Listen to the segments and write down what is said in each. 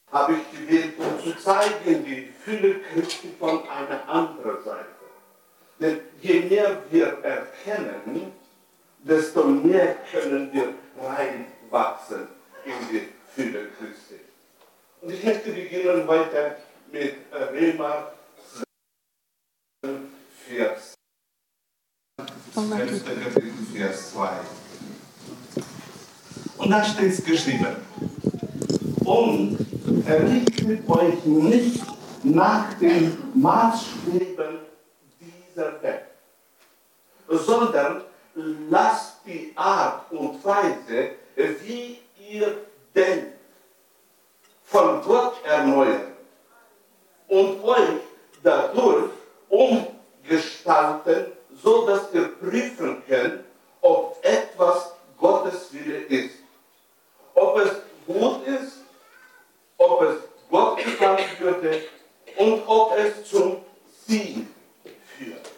habe ich gewählt, um zu zeigen, die Fülle Christi von einer anderen Seite. Denn je mehr wir erkennen, desto mehr können wir reinwachsen in die Fülle Christi. Und ich möchte beginnen heute mit Römer 7, Vers 2. Und da steht es geschrieben: Und richtet euch nicht nach den Maßstäben dieser Welt, sondern lasst die Art und Weise, wie ihr denkt, von Gott erneuern und euch dadurch umgestalten, so dass ihr prüfen könnt, ob etwas Gottes Wille ist. Ob es gut ist, ob es Gott gefallen würde und ob es zum Sieg führt.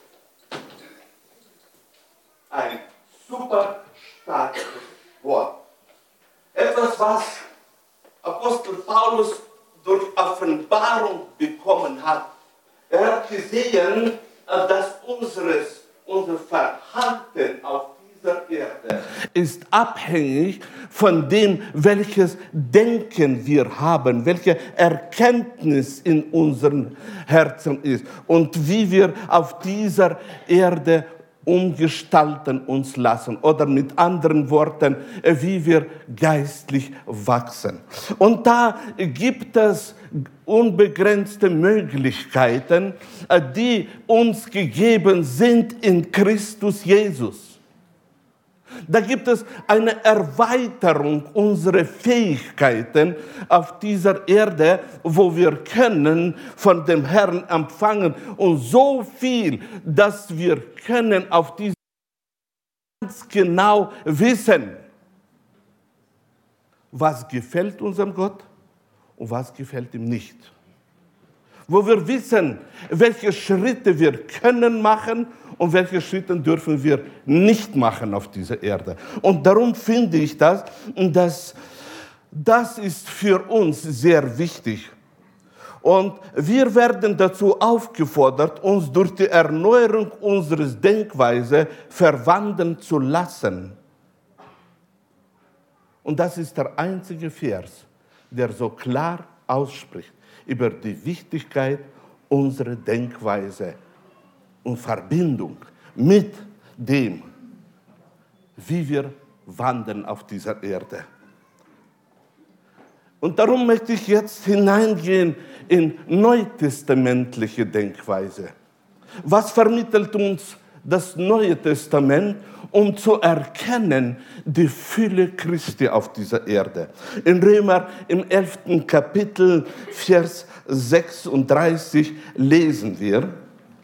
Ein super starkes Wort. Etwas, was Apostel Paulus durch Offenbarung bekommen hat. Er hat gesehen, dass unser Verhalten auf dieser Erde ist abhängig von dem, welches Denken wir haben, welche Erkenntnis in unserem Herzen ist und wie wir auf dieser Erde umgestalten uns lassen oder mit anderen Worten, wie wir geistlich wachsen. Und da gibt es unbegrenzte Möglichkeiten, die uns gegeben sind in Christus Jesus. Da gibt es eine Erweiterung unserer Fähigkeiten auf dieser Erde, wo wir können von dem Herrn empfangen und so viel, dass wir können auf dieser ganz genau wissen, was gefällt unserem Gott und was gefällt ihm nicht. Wo wir wissen, welche Schritte wir können machen und welche Schritte dürfen wir nicht machen auf dieser Erde. Und darum finde ich das ist für uns sehr wichtig. Und wir werden dazu aufgefordert, uns durch die Erneuerung unserer Denkweise verwandeln zu lassen. Und das ist der einzige Vers, der so klar ausspricht über die Wichtigkeit unserer Denkweise und Verbindung mit dem, wie wir wandeln auf dieser Erde. Und darum möchte ich jetzt hineingehen in neutestamentliche Denkweise. Was vermittelt uns das Neue Testament, um zu erkennen die Fülle Christi auf dieser Erde? In Römer im 11. Kapitel, Vers 36 lesen wir: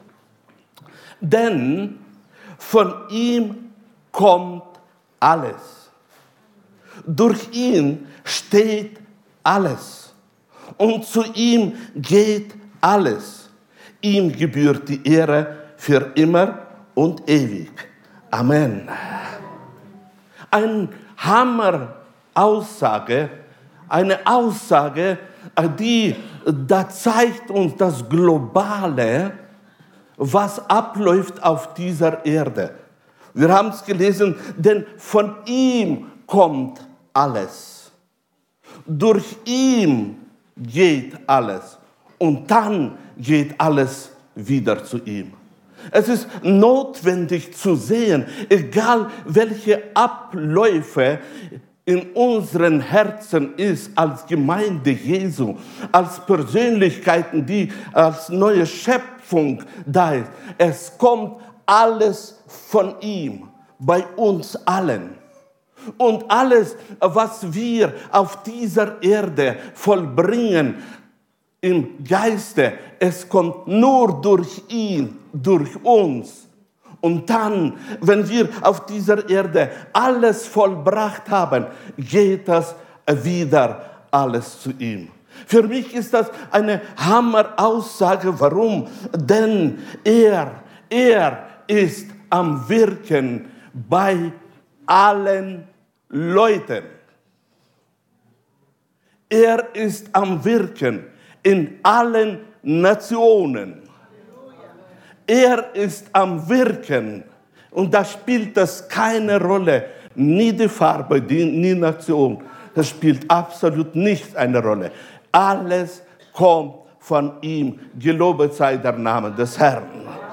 Denn von ihm kommt alles. Durch ihn steht alles. Und zu ihm geht alles. Ihm gebührt die Ehre für immer und ewig. Amen. Eine Hammer-Aussage, eine Aussage, die da zeigt uns das Globale, was abläuft auf dieser Erde. Wir haben es gelesen, denn von ihm kommt alles. Durch ihn geht alles. Und dann geht alles wieder zu ihm. Es ist notwendig zu sehen, egal welche Abläufe in unseren Herzen ist, als Gemeinde Jesu, als Persönlichkeiten, die als neue Schöpfung da ist. Es kommt alles von ihm, bei uns allen. Und alles, was wir auf dieser Erde vollbringen, im Geiste, es kommt nur durch ihn, durch uns. Und dann, wenn wir auf dieser Erde alles vollbracht haben, geht das wieder alles zu ihm. Für mich ist das eine Hammeraussage. Warum? Denn er ist am Wirken bei allen Leuten. Er ist am Wirken in allen Nationen. Er ist am Wirken. Und da spielt das keine Rolle. Nie die Farbe, nie Nation. Das spielt absolut nicht eine Rolle. Alles kommt von ihm. Gelobet sei der Name des Herrn.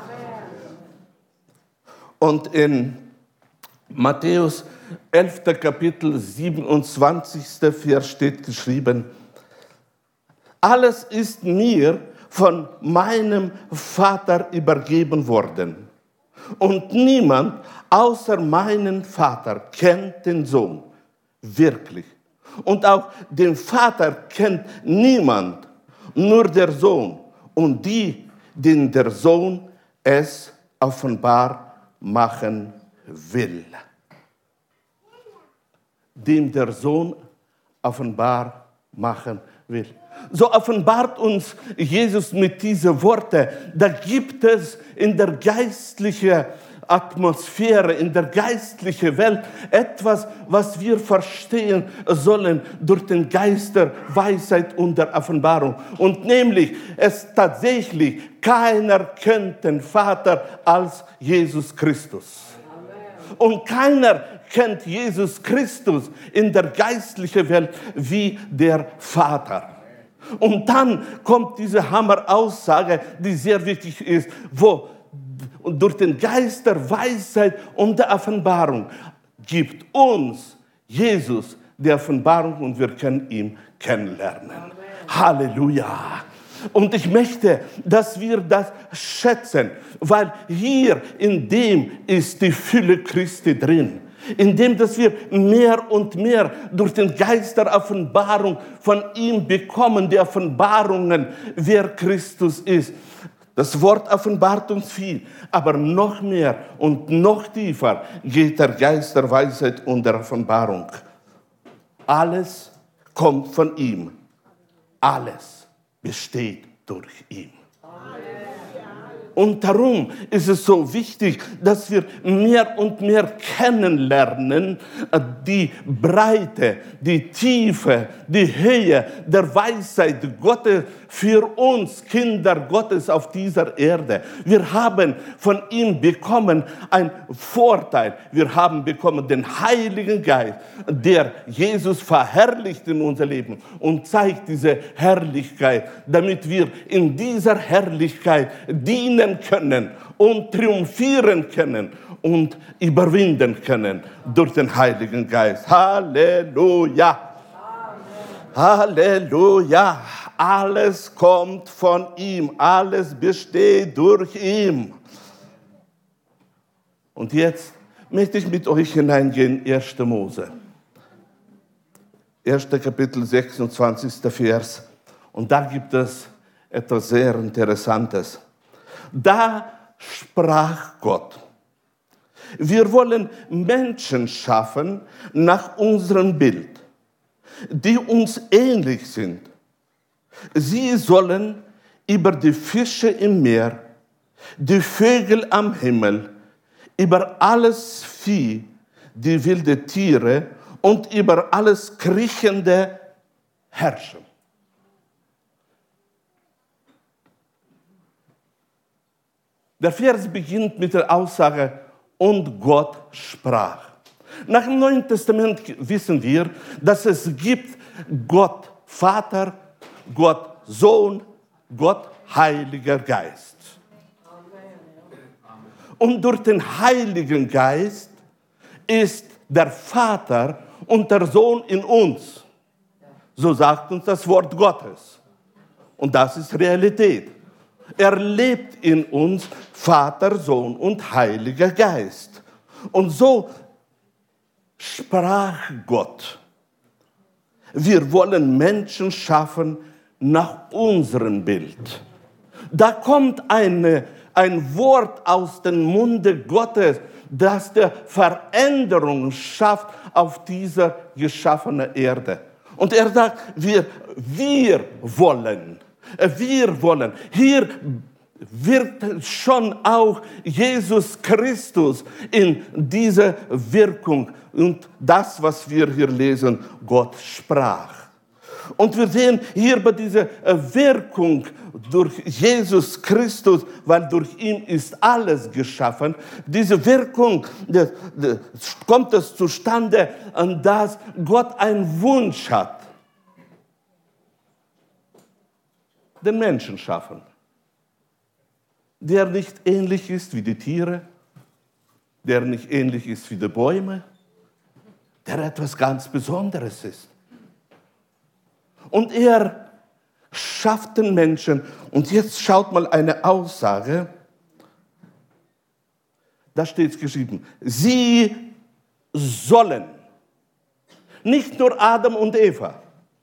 Und in Matthäus 11. Kapitel 27. Vers steht geschrieben: Alles ist mir von meinem Vater übergeben worden. Und niemand außer meinem Vater kennt den Sohn wirklich. Und auch den Vater kennt niemand, nur der Sohn. Und die, denen der Sohn es offenbar machen will. Dem der Sohn offenbar machen will. So offenbart uns Jesus mit diesen Worten. Da gibt es in der geistlichen Atmosphäre, in der geistlichen Welt etwas, was wir verstehen sollen durch den Geist der Weisheit und der Offenbarung. Und nämlich, es tatsächlich, keiner kennt den Vater als Jesus Christus. Und keiner kennt Jesus Christus in der geistlichen Welt wie der Vater. Und dann kommt diese Hammeraussage, die sehr wichtig ist, wo durch den Geist der Weisheit und der Offenbarung gibt uns Jesus die Offenbarung und wir können ihn kennenlernen. Amen. Halleluja. Und ich möchte, dass wir das schätzen, weil hier in dem ist die Fülle Christi drin. Indem, dass wir mehr und mehr durch den Geist der Offenbarung von ihm bekommen, die Offenbarungen, wer Christus ist. Das Wort offenbart uns viel, aber noch mehr und noch tiefer geht der Geist der Weisheit und der Offenbarung. Alles kommt von ihm. Alles besteht durch ihn. Und darum ist es so wichtig, dass wir mehr und mehr kennenlernen, die Breite, die Tiefe, die Höhe der Weisheit Gottes für uns, Kinder Gottes auf dieser Erde. Wir haben von ihm bekommen einen Vorteil. Wir haben bekommen den Heiligen Geist, der Jesus verherrlicht in unser Leben und zeigt diese Herrlichkeit, damit wir in dieser Herrlichkeit dienen können und triumphieren können und überwinden können durch den Heiligen Geist. Halleluja! Amen. Halleluja! Alles kommt von ihm, alles besteht durch ihn. Und jetzt möchte ich mit euch hineingehen, 1. Mose. 1. Kapitel, 26. Vers. Und da gibt es etwas sehr Interessantes. Da sprach Gott: Wir wollen Menschen schaffen nach unserem Bild, die uns ähnlich sind. Sie sollen über die Fische im Meer, die Vögel am Himmel, über alles Vieh, die wilden Tiere und über alles Kriechende herrschen. Der Vers beginnt mit der Aussage, und Gott sprach. Nach dem Neuen Testament wissen wir, dass es gibt Gott Vater, Gott Sohn, Gott Heiliger Geist. Und durch den Heiligen Geist ist der Vater und der Sohn in uns. So sagt uns das Wort Gottes. Und das ist Realität. Er lebt in uns, Vater, Sohn und Heiliger Geist. Und so sprach Gott: Wir wollen Menschen schaffen nach unserem Bild. Da kommt ein Wort aus dem Munde Gottes, das der Veränderung schafft auf dieser geschaffenen Erde. Und er sagt, wir wollen. Hier wird schon auch Jesus Christus in dieser Wirkung. Und das, was wir hier lesen, Gott sprach. Und wir sehen hier bei dieser Wirkung durch Jesus Christus, weil durch ihn ist alles geschaffen, diese Wirkung, kommt es zustande, dass Gott einen Wunsch hat, den Menschen schaffen, der nicht ähnlich ist wie die Tiere, der nicht ähnlich ist wie die Bäume, der etwas ganz Besonderes ist. Und er schafft den Menschen. Und jetzt schaut mal eine Aussage. Da steht es geschrieben. Sie sollen. Nicht nur Adam und Eva.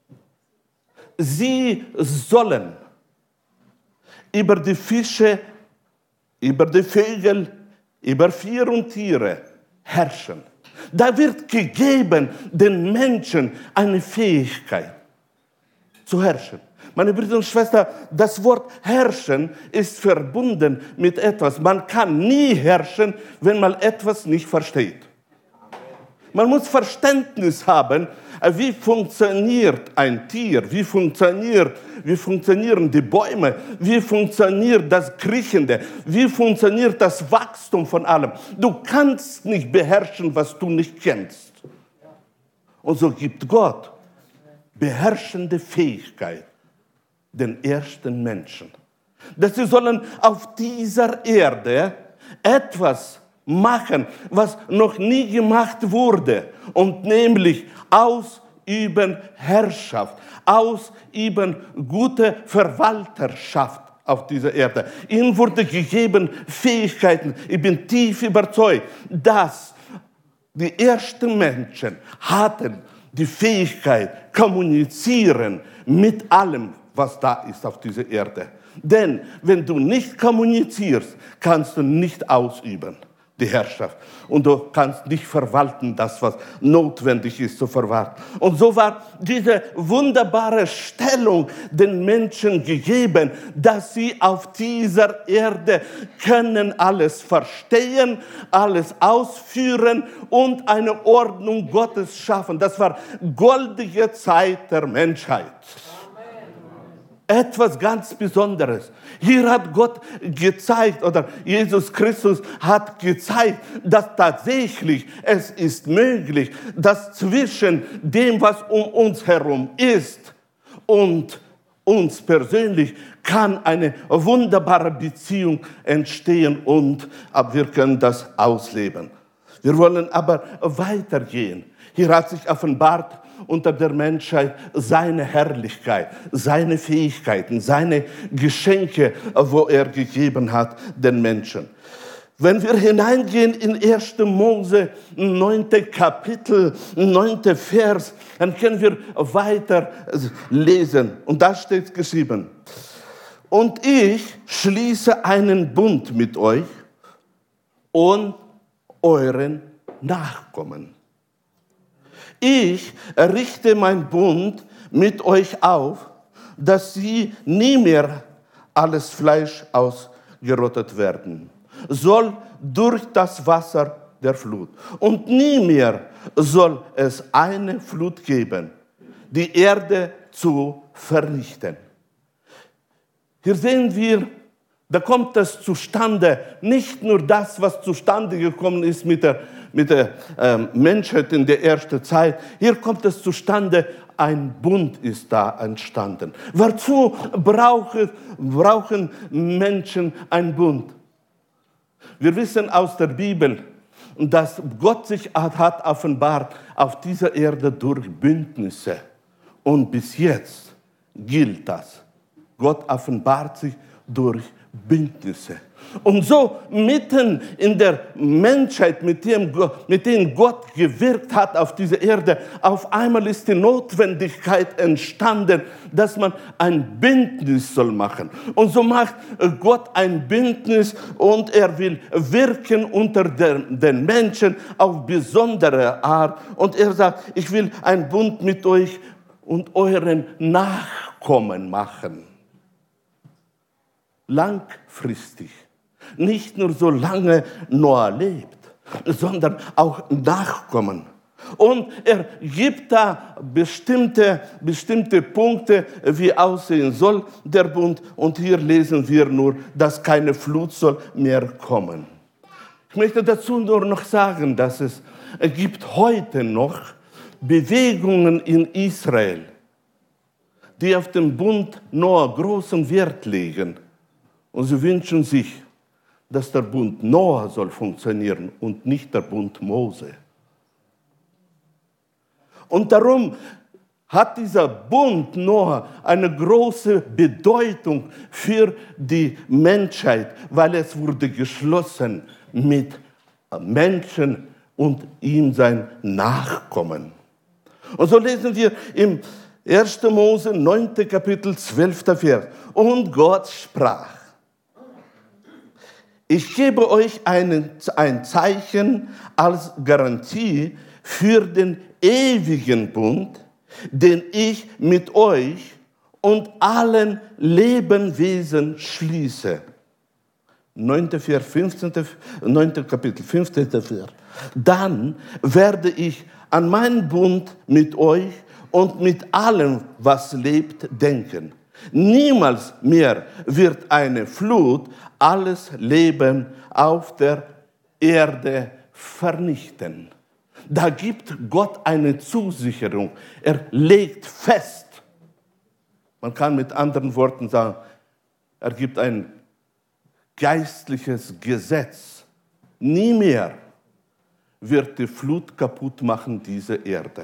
Sie sollen über die Fische, über die Vögel, über Vieh und Tiere herrschen. Da wird gegeben den Menschen eine Fähigkeit zu herrschen. Meine Brüder und Schwestern, das Wort herrschen ist verbunden mit etwas. Man kann nie herrschen, wenn man etwas nicht versteht. Man muss Verständnis haben, wie funktioniert ein Tier, wie funktionieren die Bäume, wie funktioniert das Kriechende, wie funktioniert das Wachstum von allem. Du kannst nicht beherrschen, was du nicht kennst. Und so gibt Gott beherrschende Fähigkeit den ersten Menschen. Dass sie sollen auf dieser Erde etwas machen, was noch nie gemacht wurde, und nämlich ausüben Herrschaft, ausüben gute Verwalterschaft auf dieser Erde. Ihnen wurde gegeben Fähigkeiten. Ich bin tief überzeugt, dass die ersten Menschen hatten die Fähigkeit, kommunizieren mit allem, was da ist auf dieser Erde. Denn wenn du nicht kommunizierst, kannst du nicht ausüben die Herrschaft. Und du kannst nicht verwalten das, was notwendig ist zu verwalten. Und so war diese wunderbare Stellung den Menschen gegeben, dass sie auf dieser Erde können alles verstehen, alles ausführen und eine Ordnung Gottes schaffen. Das war goldige Zeit der Menschheit. Etwas ganz Besonderes. Hier hat Gott gezeigt, oder Jesus Christus hat gezeigt, dass tatsächlich es ist möglich, dass zwischen dem, was um uns herum ist, und uns persönlich kann eine wunderbare Beziehung entstehen und wir können das ausleben. Wir wollen aber weitergehen. Hier hat sich offenbart unter der Menschheit seine Herrlichkeit, seine Fähigkeiten, seine Geschenke, wo er gegeben hat den Menschen. Wenn wir hineingehen in 1. Mose 9. Kapitel, 9. Vers, dann können wir weiter lesen. Und da steht geschrieben: Und ich schließe einen Bund mit euch und euren Nachkommen. Ich richte meinen Bund mit euch auf, dass sie nie mehr alles Fleisch ausgerottet werden soll durch das Wasser der Flut. Und nie mehr soll es eine Flut geben, die Erde zu vernichten. Hier sehen wir, da kommt es zustande, nicht nur das, was zustande gekommen ist mit der Menschheit in der ersten Zeit. Hier kommt es zustande, ein Bund ist da entstanden. Wozu brauchen Menschen einen Bund? Wir wissen aus der Bibel, dass Gott sich hat offenbart auf dieser Erde durch Bündnisse. Und bis jetzt gilt das. Gott offenbart sich durch Bündnisse. Und so mitten in der Menschheit, mit denen Gott gewirkt hat auf dieser Erde, auf einmal ist die Notwendigkeit entstanden, dass man ein Bündnis soll machen. Und so macht Gott ein Bündnis und er will wirken unter den Menschen auf besondere Art. Und er sagt, ich will einen Bund mit euch und euren Nachkommen machen. Langfristig. Nicht nur so lange Noah lebt, sondern auch Nachkommen. Und er gibt da bestimmte Punkte, wie aussehen soll der Bund. Und hier lesen wir nur, dass keine Flut soll mehr kommen. Ich möchte dazu nur noch sagen, dass es gibt heute noch Bewegungen in Israel, die auf den Bund Noah großen Wert legen. Und sie wünschen sich, dass der Bund Noah soll funktionieren und nicht der Bund Mose. Und darum hat dieser Bund Noah eine große Bedeutung für die Menschheit, weil es wurde geschlossen mit Menschen und ihm sein Nachkommen. Und so lesen wir im 1. Mose 9. Kapitel 12. Vers. Und Gott sprach: Ich gebe euch ein Zeichen als Garantie für den ewigen Bund, den ich mit euch und allen Lebewesen schließe. 9. Kapitel 15. Vers. Dann werde ich an meinen Bund mit euch und mit allem, was lebt, denken. Niemals mehr wird eine Flut alles Leben auf der Erde vernichten. Da gibt Gott eine Zusicherung. Er legt fest. Man kann mit anderen Worten sagen, er gibt ein geistliches Gesetz. Nie mehr wird die Flut kaputt machen, diese Erde.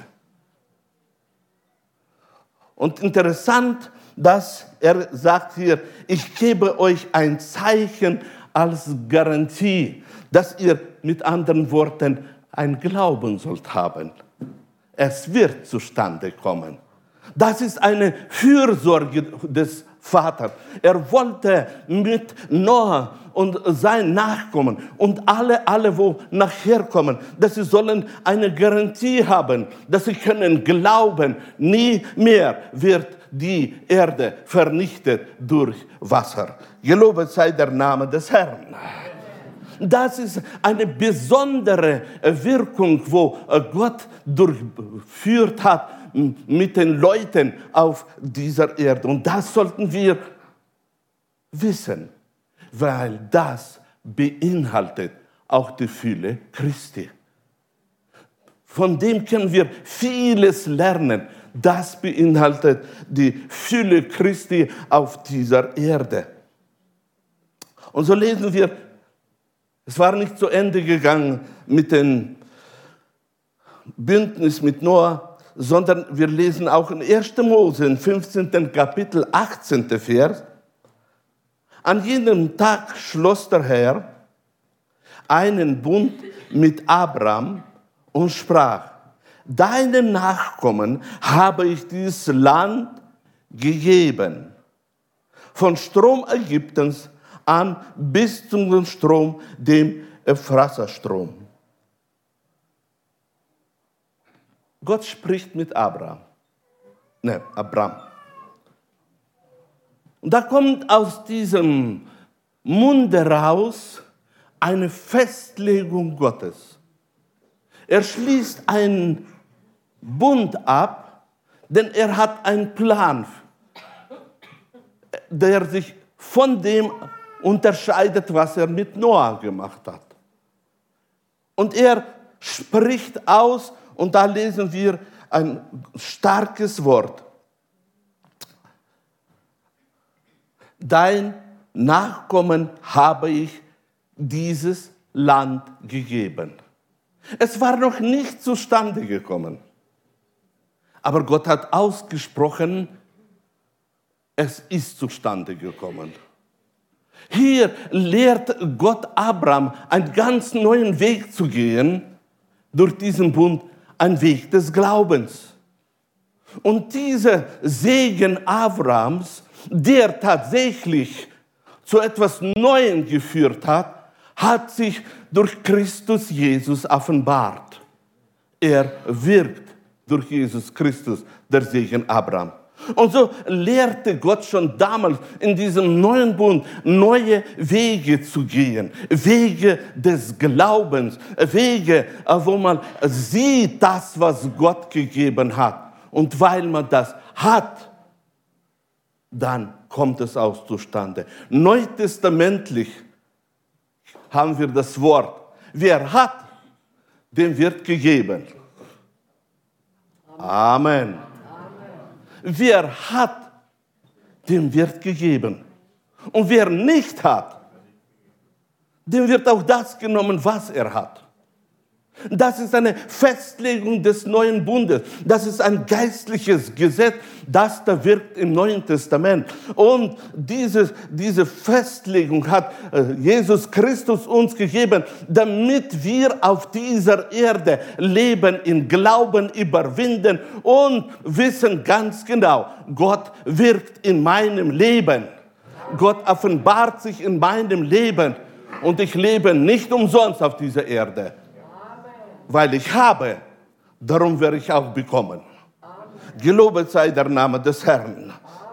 Und interessant, dass er sagt hier, ich gebe euch ein Zeichen als Garantie, dass ihr mit anderen Worten ein Glauben sollt haben. Es wird zustande kommen. Das ist eine Fürsorge des Vaters. Er wollte mit Noah und sein Nachkommen und alle, wo nachher kommen, dass sie sollen eine Garantie haben, dass sie können glauben, nie mehr wird die Erde vernichtet durch Wasser. Gelobet sei der Name des Herrn. Das ist eine besondere Wirkung, wo Gott durchführt hat mit den Leuten auf dieser Erde. Und das sollten wir wissen, weil das beinhaltet auch die Fülle Christi. Von dem können wir vieles lernen. Das beinhaltet die Fülle Christi auf dieser Erde. Und so lesen wir, es war nicht zu Ende gegangen mit dem Bündnis mit Noah, sondern wir lesen auch in 1. Mose, im 15. Kapitel, 18. Vers. An jenem Tag schloss der Herr einen Bund mit Abraham und sprach: Deinen Nachkommen habe ich dieses Land gegeben, von Strom Ägyptens an bis zum Strom, dem Euphratstrom. Gott spricht mit Abraham. Und da kommt aus diesem Munde raus eine Festlegung Gottes. Er schließt einen Bund ab, denn er hat einen Plan, der sich von dem unterscheidet, was er mit Noah gemacht hat. Und er spricht aus, und da lesen wir ein starkes Wort. Dein Nachkommen habe ich dieses Land gegeben. Es war noch nicht zustande gekommen. Aber Gott hat ausgesprochen, es ist zustande gekommen. Hier lehrt Gott Abraham, einen ganz neuen Weg zu gehen, durch diesen Bund, ein Weg des Glaubens. Und dieser Segen Abrahams, der tatsächlich zu etwas Neuem geführt hat, hat sich durch Christus Jesus offenbart. Er wirkt durch Jesus Christus, der Segen Abraham. Und so lehrte Gott schon damals in diesem neuen Bund neue Wege zu gehen. Wege des Glaubens. Wege, wo man sieht das, was Gott gegeben hat. Und weil man das hat, dann kommt es auch zustande. Neutestamentlich haben wir das Wort. Wer hat, dem wird gegeben. Amen. Wer hat, dem wird gegeben. Und wer nicht hat, dem wird auch das genommen, was er hat. Das ist eine Festlegung des neuen Bundes. Das ist ein geistliches Gesetz, das da wirkt im Neuen Testament. Und diese Festlegung hat Jesus Christus uns gegeben, damit wir auf dieser Erde leben, in Glauben überwinden und wissen ganz genau, Gott wirkt in meinem Leben. Gott offenbart sich in meinem Leben. Und ich lebe nicht umsonst auf dieser Erde. Weil ich habe, darum werde ich auch bekommen. Gelobet sei der Name des Herrn.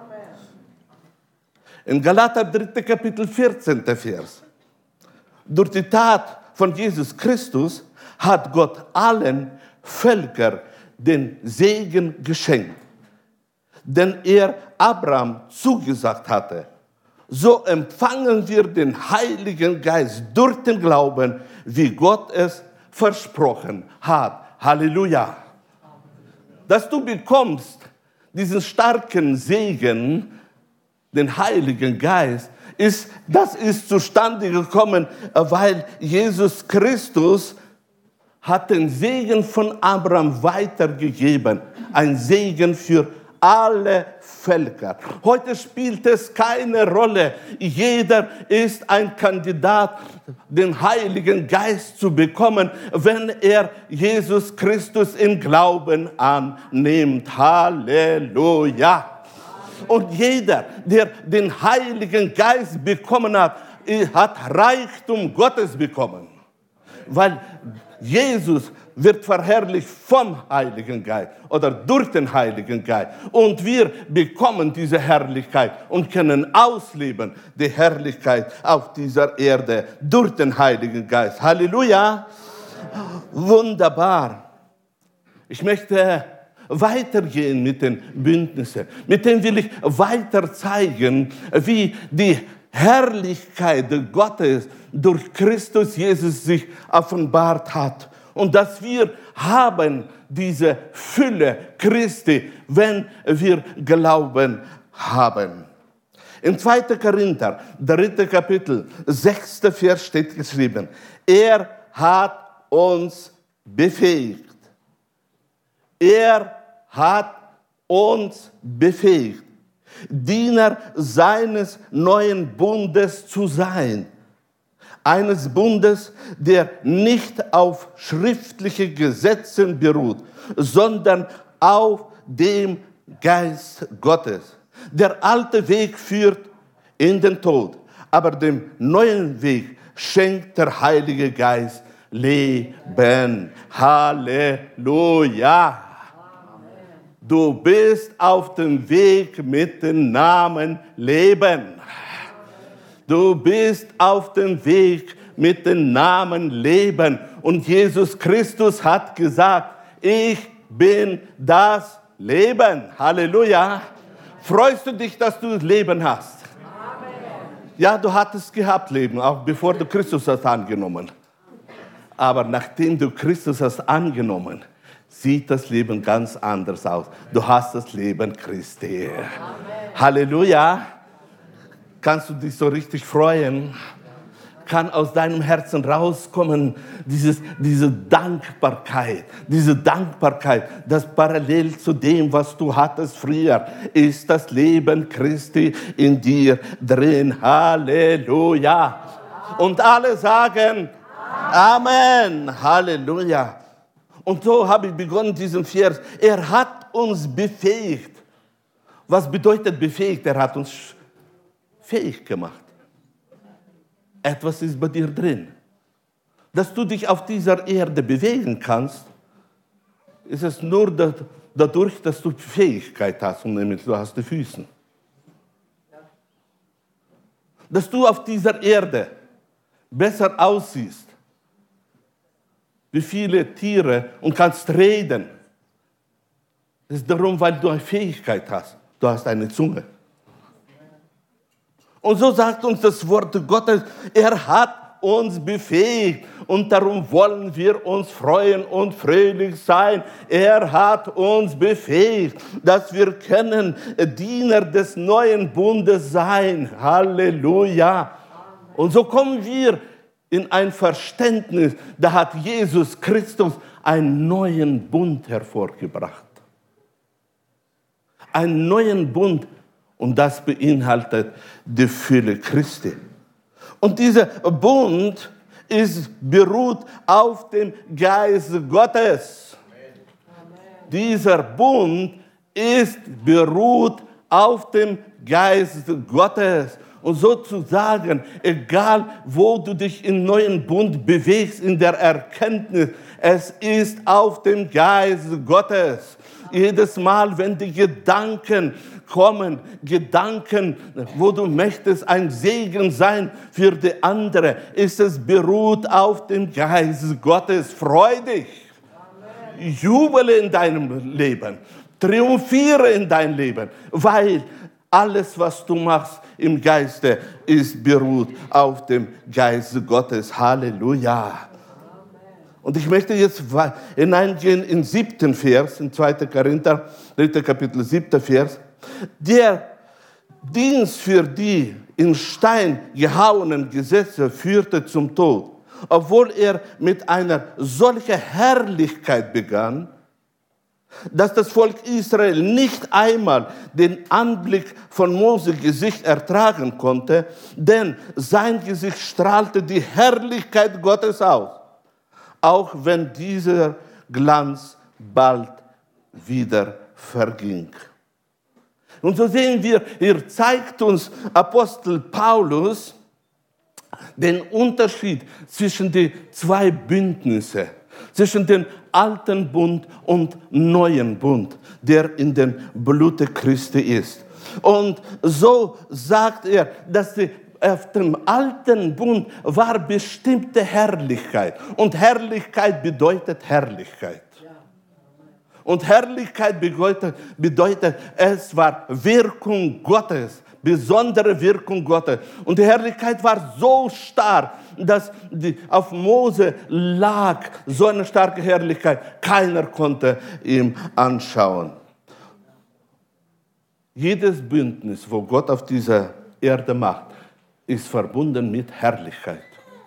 In Galater 3. Kapitel 14. Vers. Durch die Tat von Jesus Christus hat Gott allen Völkern den Segen geschenkt, den er Abraham zugesagt hatte. So empfangen wir den Heiligen Geist durch den Glauben, wie Gott es versprochen hat. Halleluja. Dass du bekommst diesen starken Segen, den Heiligen Geist, das ist zustande gekommen, weil Jesus Christus hat den Segen von Abraham weitergegeben. Ein Segen für alle Völker. Heute spielt es keine Rolle. Jeder ist ein Kandidat, den Heiligen Geist zu bekommen, wenn er Jesus Christus im Glauben annimmt. Halleluja. Und jeder, der den Heiligen Geist bekommen hat, hat Reichtum Gottes bekommen. Weil Jesus wird verherrlicht vom Heiligen Geist oder durch den Heiligen Geist. Und wir bekommen diese Herrlichkeit und können ausleben die Herrlichkeit auf dieser Erde durch den Heiligen Geist. Halleluja! Wunderbar! Ich möchte weitergehen mit den Bündnissen. Mit denen will ich weiter zeigen, wie die Herrlichkeit Gottes durch Christus Jesus sich offenbart hat. Und dass wir haben diese Fülle Christi, wenn wir Glauben haben. In 2. Korinther, 3. Kapitel, 6. Vers steht geschrieben, er hat uns befähigt. Er hat uns befähigt, Diener seines neuen Bundes zu sein. Eines Bundes, der nicht auf schriftliche Gesetzen beruht, sondern auf dem Geist Gottes. Der alte Weg führt in den Tod, aber dem neuen Weg schenkt der Heilige Geist Leben. Halleluja! Du bist auf dem Weg mit dem Namen Leben. Du bist auf dem Weg mit dem Namen Leben. Und Jesus Christus hat gesagt, ich bin das Leben. Halleluja. Freust du dich, dass du Leben hast? Amen. Ja, du hattest gehabt Leben, auch bevor du Christus hast angenommen. Aber nachdem du Christus hast angenommen, sieht das Leben ganz anders aus. Du hast das Leben Christi. Amen. Halleluja. Kannst du dich so richtig freuen? Kann aus deinem Herzen rauskommen, diese Dankbarkeit, das parallel zu dem, was du hattest früher, ist das Leben Christi in dir drin. Halleluja. Und alle sagen Amen. Halleluja. Und so habe ich begonnen, diesen Vers. Er hat uns befähigt. Was bedeutet befähigt? Er hat uns fähig gemacht. Etwas ist bei dir drin. Dass du dich auf dieser Erde bewegen kannst, ist es nur dadurch, dass du Fähigkeit hast, und nämlich du hast die Füße. Dass du auf dieser Erde besser aussiehst, wie viele Tiere, und kannst reden. Das ist darum, weil du eine Fähigkeit hast. Du hast eine Zunge. Und so sagt uns das Wort Gottes, er hat uns befähigt und darum wollen wir uns freuen und fröhlich sein. Er hat uns befähigt, dass wir können Diener des neuen Bundes sein. Halleluja. Und so kommen wir in ein Verständnis, da hat Jesus Christus einen neuen Bund hervorgebracht. Einen neuen Bund, und das beinhaltet die Fülle Christi. Und dieser Bund beruht auf dem Geist Gottes. Amen. Dieser Bund beruht auf dem Geist Gottes. Und sozusagen, egal wo du dich im neuen Bund bewegst, in der Erkenntnis, es ist auf dem Geist Gottes. Jedes Mal, wenn die Gedanken kommen, Gedanken, wo du möchtest ein Segen sein für die andere, ist es beruht auf dem Geist Gottes. Freu dich, Amen. Jubele in deinem Leben, triumphiere in deinem Leben, weil alles, was du machst im Geiste, beruht auf dem Geist Gottes. Halleluja. Und ich möchte jetzt hineingehen in 7. Vers, in 2. Korinther, 3. Kapitel, 7. Vers. Der Dienst für die in Stein gehauenen Gesetze führte zum Tod, obwohl er mit einer solchen Herrlichkeit begann, dass das Volk Israel nicht einmal den Anblick von Mose Gesicht ertragen konnte, denn sein Gesicht strahlte die Herrlichkeit Gottes aus, auch wenn dieser Glanz bald wieder verging. Und so sehen wir, hier zeigt uns Apostel Paulus den Unterschied zwischen den zwei Bündnissen, zwischen dem alten Bund und neuen Bund, der in dem Blute Christi ist. Und so sagt er, dass auf dem alten Bund war bestimmte Herrlichkeit. Und Herrlichkeit bedeutet Herrlichkeit. Und Herrlichkeit bedeutet, es war Wirkung Gottes, besondere Wirkung Gottes. Und die Herrlichkeit war so stark, dass auf Mose lag so eine starke Herrlichkeit. Keiner konnte ihm anschauen. Jedes Bündnis, wo Gott auf dieser Erde macht, ist verbunden mit Herrlichkeit.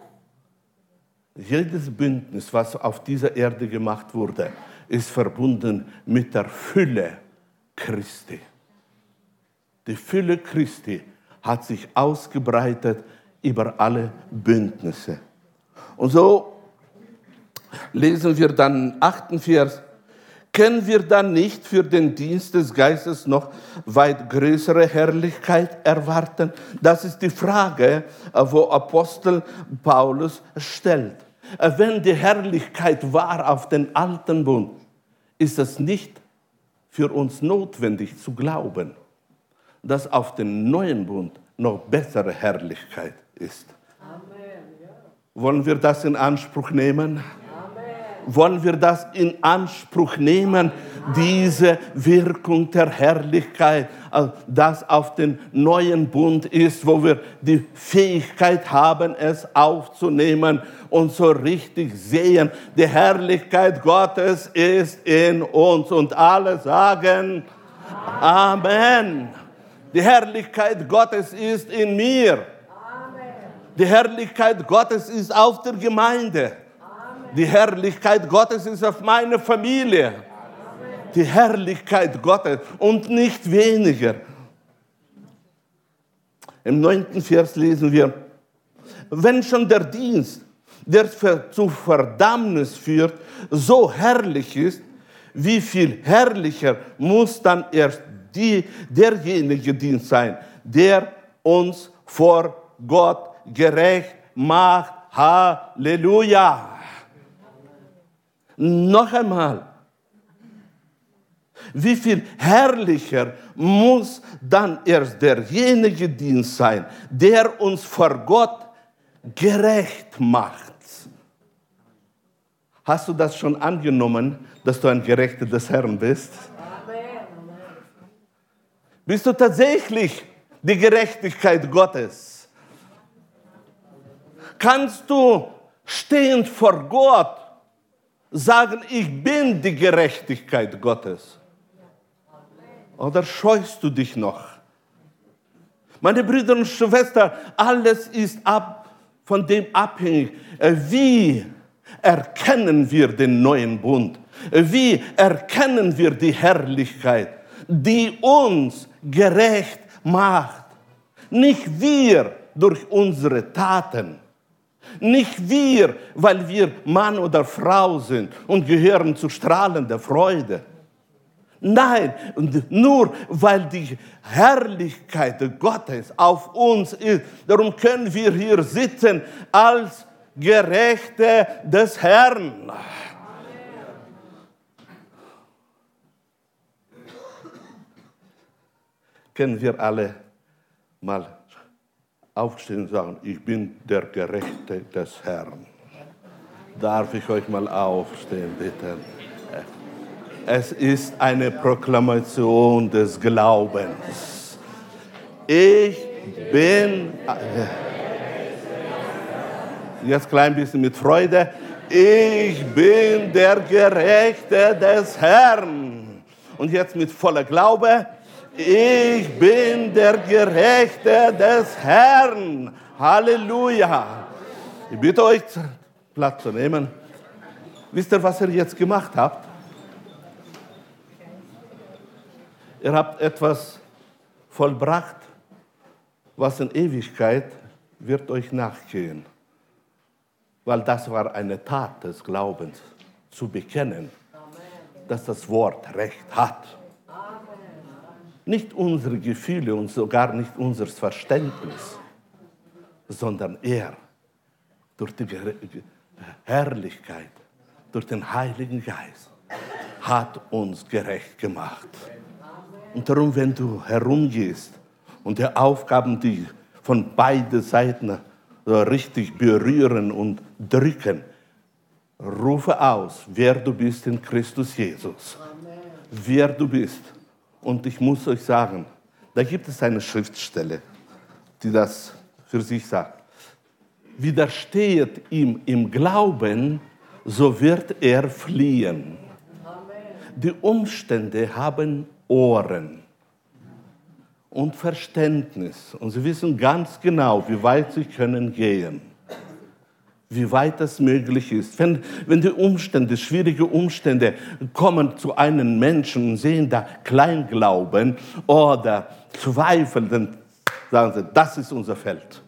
Jedes Bündnis, was auf dieser Erde gemacht wurde, ist verbunden mit der Fülle Christi. Die Fülle Christi hat sich ausgebreitet über alle Bündnisse. Und so lesen wir dann im 8. Vers, können wir dann nicht für den Dienst des Geistes noch weit größere Herrlichkeit erwarten? Das ist die Frage, wo Apostel Paulus stellt. Wenn die Herrlichkeit war auf den alten Bund, ist es nicht für uns notwendig zu glauben, dass auf den neuen Bund noch bessere Herrlichkeit ist. Amen. Ja. Wollen wir das in Anspruch nehmen? Amen. Wollen wir das in Anspruch nehmen, diese Wirkung der Herrlichkeit, das auf den neuen Bund ist, wo wir die Fähigkeit haben, es aufzunehmen und so richtig sehen, die Herrlichkeit Gottes ist in uns. Und alle sagen Amen. Die Herrlichkeit Gottes ist in mir. Amen. Die Herrlichkeit Gottes ist auf der Gemeinde. Amen. Die Herrlichkeit Gottes ist auf meine Familie. Amen. Die Herrlichkeit Gottes und nicht weniger. Im 9. Vers lesen wir, wenn schon der Dienst, der zu Verdammnis führt, so herrlich ist, wie viel herrlicher muss dann erst derjenige Dienst sein, der uns vor Gott gerecht macht. Halleluja! Noch einmal, wie viel herrlicher muss dann erst derjenige Dienst sein, der uns vor Gott gerecht macht. Hast du das schon angenommen, dass du ein Gerechter des Herrn bist? Bist du tatsächlich die Gerechtigkeit Gottes? Kannst du stehend vor Gott sagen, ich bin die Gerechtigkeit Gottes? Oder scheust du dich noch? Meine Brüder und Schwestern, alles ist von dem abhängig. Wie erkennen wir den neuen Bund? Wie erkennen wir die Herrlichkeit, die uns gerecht macht? Nicht wir durch unsere Taten. Nicht wir, weil wir Mann oder Frau sind und gehören zu strahlender Freude. Nein, nur weil die Herrlichkeit Gottes auf uns ist. Darum können wir hier sitzen als Gerechte des Herrn. Können wir alle mal aufstehen und sagen, ich bin der Gerechte des Herrn. Darf ich euch mal aufstehen, bitte? Es ist eine Proklamation des Glaubens. Ich bin, jetzt ein klein bisschen mit Freude, ich bin der Gerechte des Herrn. Und jetzt mit voller Glaube, ich bin der Gerechte des Herrn. Halleluja. Ich bitte euch, Platz zu nehmen. Wisst ihr, was ihr jetzt gemacht habt? Ihr habt etwas vollbracht, was in Ewigkeit wird euch nachgehen. Weil das war eine Tat des Glaubens, zu bekennen, dass das Wort Recht hat. Nicht unsere Gefühle und sogar nicht unser Verständnis, sondern er, durch die Herrlichkeit, durch den Heiligen Geist, hat uns gerecht gemacht. Und darum, wenn du herumgehst und die Aufgaben, die von beiden Seiten richtig berühren und drücken, rufe aus, wer du bist in Christus Jesus. Amen. Wer du bist. Und ich muss euch sagen, da gibt es eine Schriftstelle, die das für sich sagt. Widersteht ihm im Glauben, so wird er fliehen. Amen. Die Umstände haben Ohren und Verständnis. Und sie wissen ganz genau, wie weit sie können gehen. Wie weit das möglich ist. Wenn die Umstände, schwierige Umstände kommen zu einem Menschen und sehen da Kleinglauben oder Zweifel, dann sagen sie, das ist unser Feld.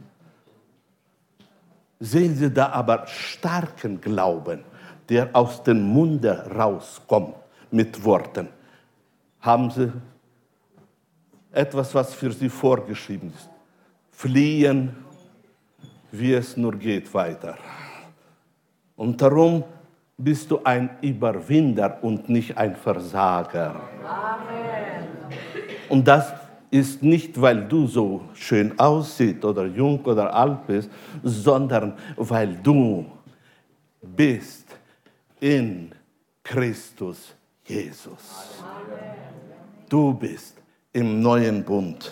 Sehen sie da aber starken Glauben, der aus dem Munde rauskommt mit Worten, haben sie etwas, was für sie vorgeschrieben ist. Fliehen, wie es nur geht, weiter. Und darum bist du ein Überwinder und nicht ein Versager. Amen. Und das ist nicht, weil du so schön aussiehst oder jung oder alt bist, sondern weil du bist in Christus Jesus. Amen. Du bist im neuen Bund.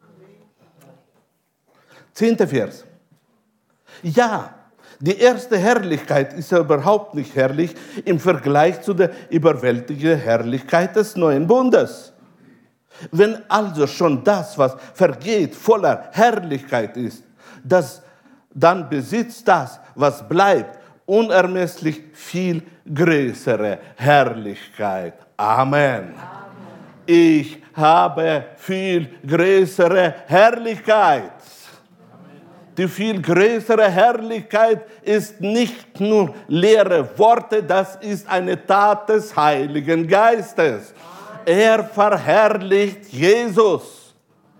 10. Vers. Ja, die erste Herrlichkeit ist ja überhaupt nicht herrlich im Vergleich zu der überwältigenden Herrlichkeit des neuen Bundes. Wenn also schon das, was vergeht, voller Herrlichkeit ist, dann besitzt das, was bleibt, unermesslich viel größere Herrlichkeit. Amen. Ich habe viel größere Herrlichkeit. Die viel größere Herrlichkeit ist nicht nur leere Worte, das ist eine Tat des Heiligen Geistes. Er verherrlicht Jesus.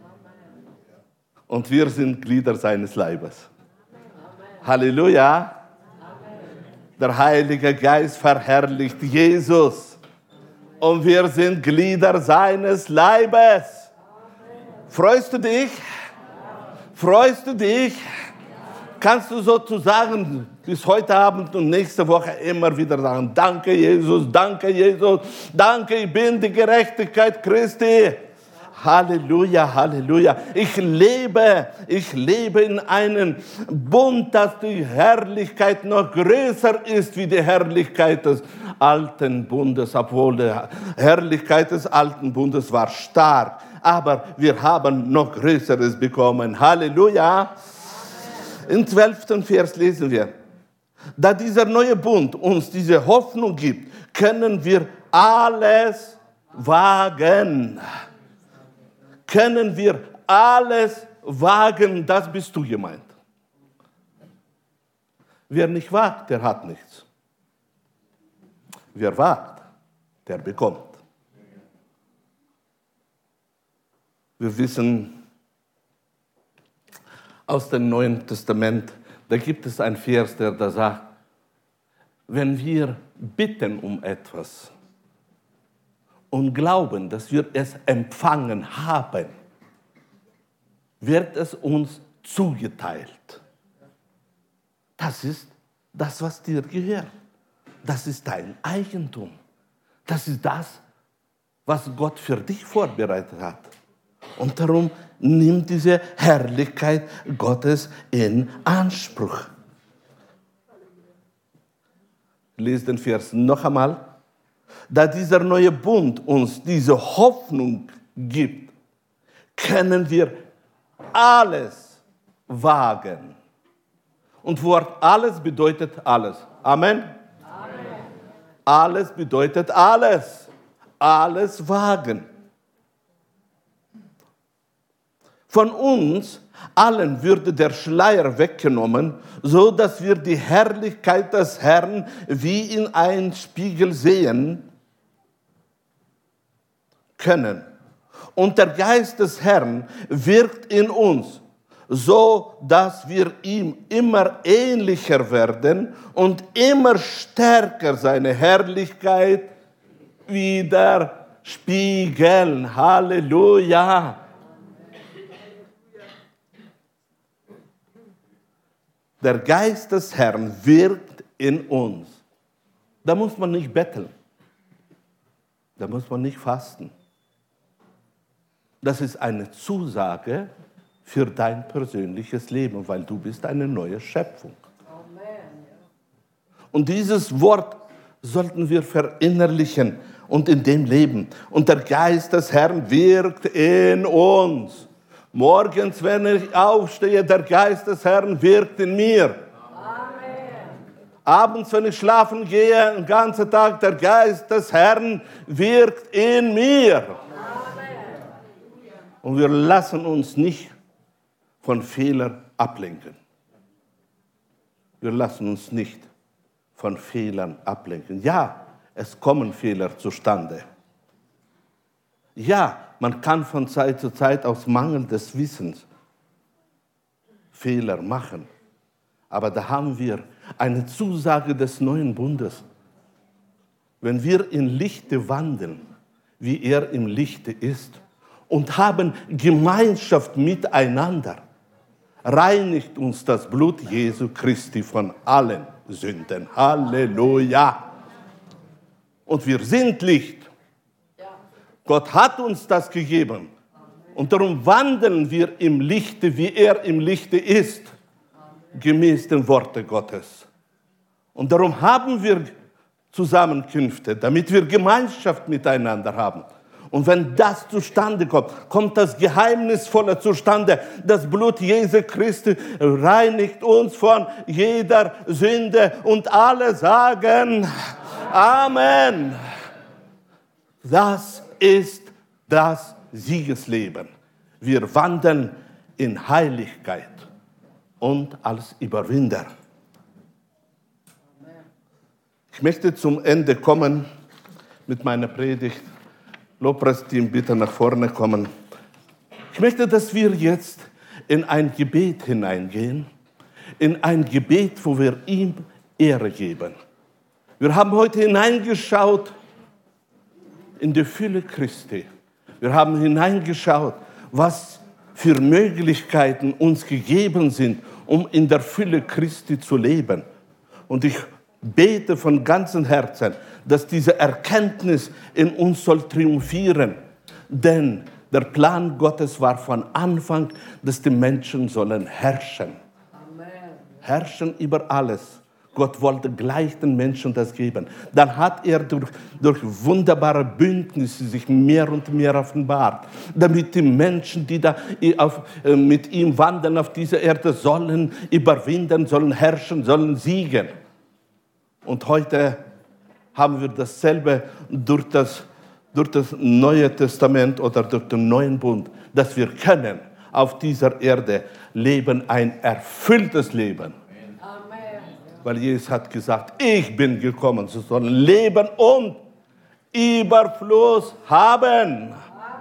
Und wir sind Glieder seines Leibes. Halleluja. Der Heilige Geist verherrlicht Jesus. Und wir sind Glieder seines Leibes. Freust du dich? Freust du dich? Kannst du sozusagen bis heute Abend und nächste Woche immer wieder sagen, danke Jesus, danke, ich bin die Gerechtigkeit Christi. Halleluja, Halleluja. Ich lebe in einem Bund, dass die Herrlichkeit noch größer ist wie die Herrlichkeit des alten Bundes, obwohl die Herrlichkeit des alten Bundes war stark. Aber wir haben noch Größeres bekommen. Halleluja. Im 12. Vers lesen wir, da dieser neue Bund uns diese Hoffnung gibt, können wir alles wagen. Können wir alles wagen, das bist du gemeint. Wer nicht wagt, der hat nichts. Wer wagt, der bekommt. Wir wissen aus dem Neuen Testament, da gibt es einen Vers, der da sagt, wenn wir bitten um etwas und glauben, dass wir es empfangen haben, wird es uns zugeteilt. Das ist das, was dir gehört. Das ist dein Eigentum. Das ist das, was Gott für dich vorbereitet hat. Und darum nimm diese Herrlichkeit Gottes in Anspruch. Lies den Vers noch einmal. Da dieser neue Bund uns diese Hoffnung gibt, können wir alles wagen. Und Wort alles bedeutet alles. Amen? Amen. Alles bedeutet alles. Alles wagen. Von uns allen würde der Schleier weggenommen, so dass wir die Herrlichkeit des Herrn wie in einem Spiegel sehen können. Und der Geist des Herrn wirkt in uns, so dass wir ihm immer ähnlicher werden und immer stärker seine Herrlichkeit widerspiegeln. Halleluja! Der Geist des Herrn wirkt in uns. Da muss man nicht betteln. Da muss man nicht fasten. Das ist eine Zusage für dein persönliches Leben, weil du bist eine neue Schöpfung. Und dieses Wort sollten wir verinnerlichen und in dem leben. Und der Geist des Herrn wirkt in uns. Morgens, wenn ich aufstehe, der Geist des Herrn wirkt in mir. Amen. Abends, wenn ich schlafen gehe, den ganzen Tag, der Geist des Herrn wirkt in mir. Amen. Und wir lassen uns nicht von Fehlern ablenken. Wir lassen uns nicht von Fehlern ablenken. Ja, es kommen Fehler zustande. Ja, man kann von Zeit zu Zeit aus Mangel des Wissens Fehler machen. Aber da haben wir eine Zusage des neuen Bundes. Wenn wir im Lichte wandeln, wie er im Lichte ist, und haben Gemeinschaft miteinander, reinigt uns das Blut Jesu Christi von allen Sünden. Halleluja! Und wir sind Licht. Gott hat uns das gegeben. Und darum wandeln wir im Lichte, wie er im Lichte ist, gemäß den Worten Gottes. Und darum haben wir Zusammenkünfte, damit wir Gemeinschaft miteinander haben. Und wenn das zustande kommt, kommt das Geheimnisvolle zustande. Das Blut Jesu Christi reinigt uns von jeder Sünde. Und alle sagen Amen. Das ist das Siegesleben. Wir wandeln in Heiligkeit und als Überwinder. Ich möchte zum Ende kommen mit meiner Predigt. Lobpreisteam, bitte nach vorne kommen. Ich möchte, dass wir jetzt in ein Gebet hineingehen, in ein Gebet, wo wir ihm Ehre geben. Wir haben heute hineingeschaut in die Fülle Christi. Wir haben hineingeschaut, was für Möglichkeiten uns gegeben sind, um in der Fülle Christi zu leben. Und ich bete von ganzem Herzen, dass diese Erkenntnis in uns soll triumphieren. Denn der Plan Gottes war von Anfang, dass die Menschen sollen herrschen. Amen. Herrschen über alles. Gott wollte gleich den Menschen das geben. Dann hat er durch wunderbare Bündnisse sich mehr und mehr offenbart, damit die Menschen, die da mit ihm wandeln auf dieser Erde, sollen überwinden, sollen herrschen, sollen siegen. Und heute haben wir dasselbe durch das Neue Testament oder durch den Neuen Bund, dass wir können auf dieser Erde leben, ein erfülltes Leben. Weil Jesus hat gesagt, ich bin gekommen, sie sollen leben und Überfluss haben. Amen.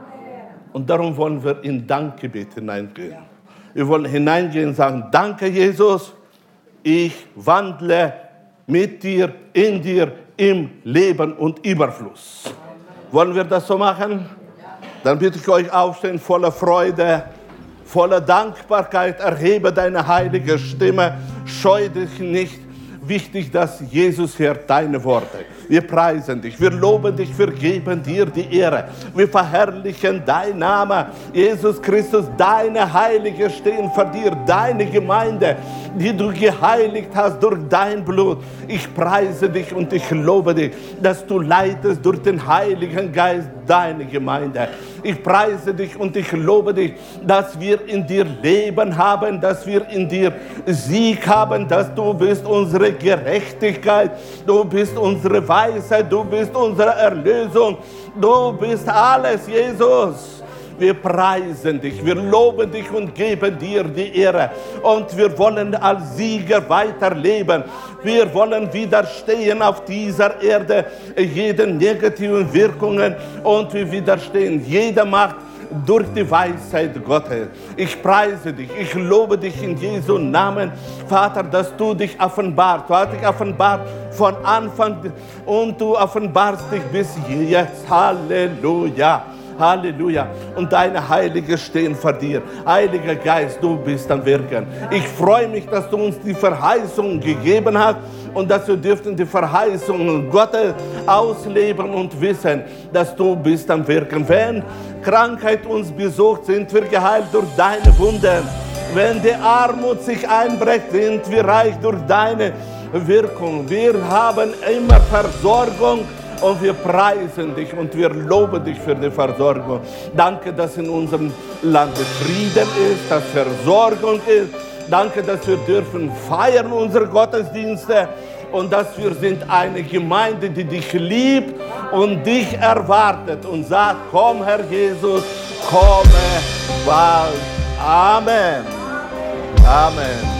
Und darum wollen wir in Dankgebet hineingehen. Wir wollen hineingehen und sagen, danke Jesus, ich wandle mit dir, in dir, im Leben und Überfluss. Amen. Wollen wir das so machen? Dann bitte ich euch aufstehen, voller Freude, voller Dankbarkeit, erhebe deine heilige Stimme, scheu dich nicht. Wichtig, dass Jesus hört deine Worte. Wir preisen dich, wir loben dich, wir geben dir die Ehre. Wir verherrlichen deinen Namen. Jesus Christus, deine Heilige stehen vor dir, deine Gemeinde, die du geheiligt hast durch dein Blut. Ich preise dich und ich lobe dich, dass du leitest durch den Heiligen Geist deine Gemeinde. Ich preise dich und ich lobe dich, dass wir in dir Leben haben, dass wir in dir Sieg haben, dass du bist unsere Gerechtigkeit, du bist unsere Weisheit, du bist unsere Erlösung, du bist alles, Jesus. Wir preisen dich, wir loben dich und geben dir die Ehre. Und wir wollen als Sieger weiterleben. Wir wollen widerstehen auf dieser Erde jeden negativen Wirkungen und wir widerstehen jeder Macht durch die Weisheit Gottes. Ich preise dich, ich lobe dich in Jesu Namen, Vater, dass du dich offenbart. Du hast dich offenbart von Anfang und du offenbarst dich bis jetzt. Halleluja. Halleluja. Und deine Heilige stehen vor dir. Heiliger Geist, du bist am Wirken. Ich freue mich, dass du uns die Verheißung gegeben hast und dass wir dürfen die Verheißungen Gottes ausleben und wissen, dass du bist am Wirken. Wenn Krankheit uns besucht, sind wir geheilt durch deine Wunden. Wenn die Armut sich einbricht, sind wir reich durch deine Wirkung. Wir haben immer Versorgung. Und wir preisen dich und wir loben dich für die Versorgung. Danke, dass in unserem Land Frieden ist, dass Versorgung ist. Danke, dass wir dürfen feiern unsere Gottesdienste und dass wir sind eine Gemeinde, die dich liebt und dich erwartet und sagt, komm Herr Jesus, komme bald. Amen. Amen.